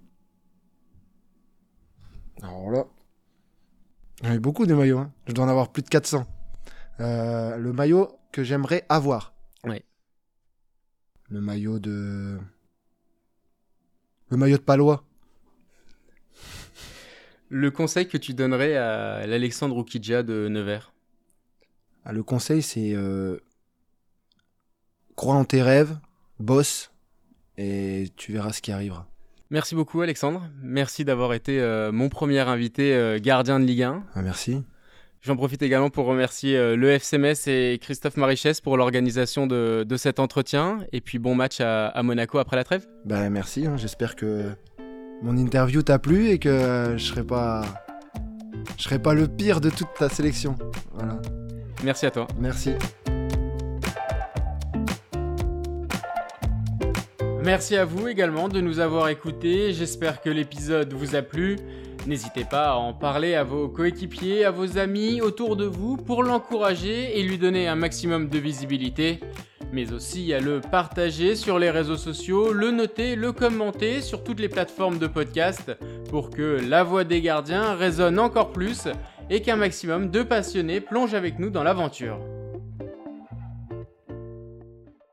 Alors là... J'en ai beaucoup de maillots, hein. Je dois en avoir plus de quatre cents. Euh, le maillot que j'aimerais avoir. Oui. Le maillot de... Le maillot de Palois. Le conseil que tu donnerais à l'Alexandre Oukidja de Nevers? Ah, le conseil, c'est... Euh... Crois en tes rêves, bosse, et tu verras ce qui arrivera. Merci beaucoup Alexandre. Merci d'avoir été euh, mon premier invité euh, gardien de Ligue un. Ah, merci. J'en profite également pour remercier euh, le F C Metz et Christophe Marichès pour l'organisation de, de cet entretien. Et puis bon match à, à Monaco après la trêve. Ben, merci, hein. J'espère que mon interview t'a plu et que euh, je serai pas... Je serai pas le pire de toute ta sélection. Voilà. Merci à toi. Merci. Merci à vous également de nous avoir écoutés. J'espère que l'épisode vous a plu. N'hésitez pas à en parler à vos coéquipiers, à vos amis autour de vous pour l'encourager et lui donner un maximum de visibilité. Mais aussi à le partager sur les réseaux sociaux, le noter, le commenter sur toutes les plateformes de podcast pour que la voix des gardiens résonne encore plus et qu'un maximum de passionnés plongent avec nous dans l'aventure.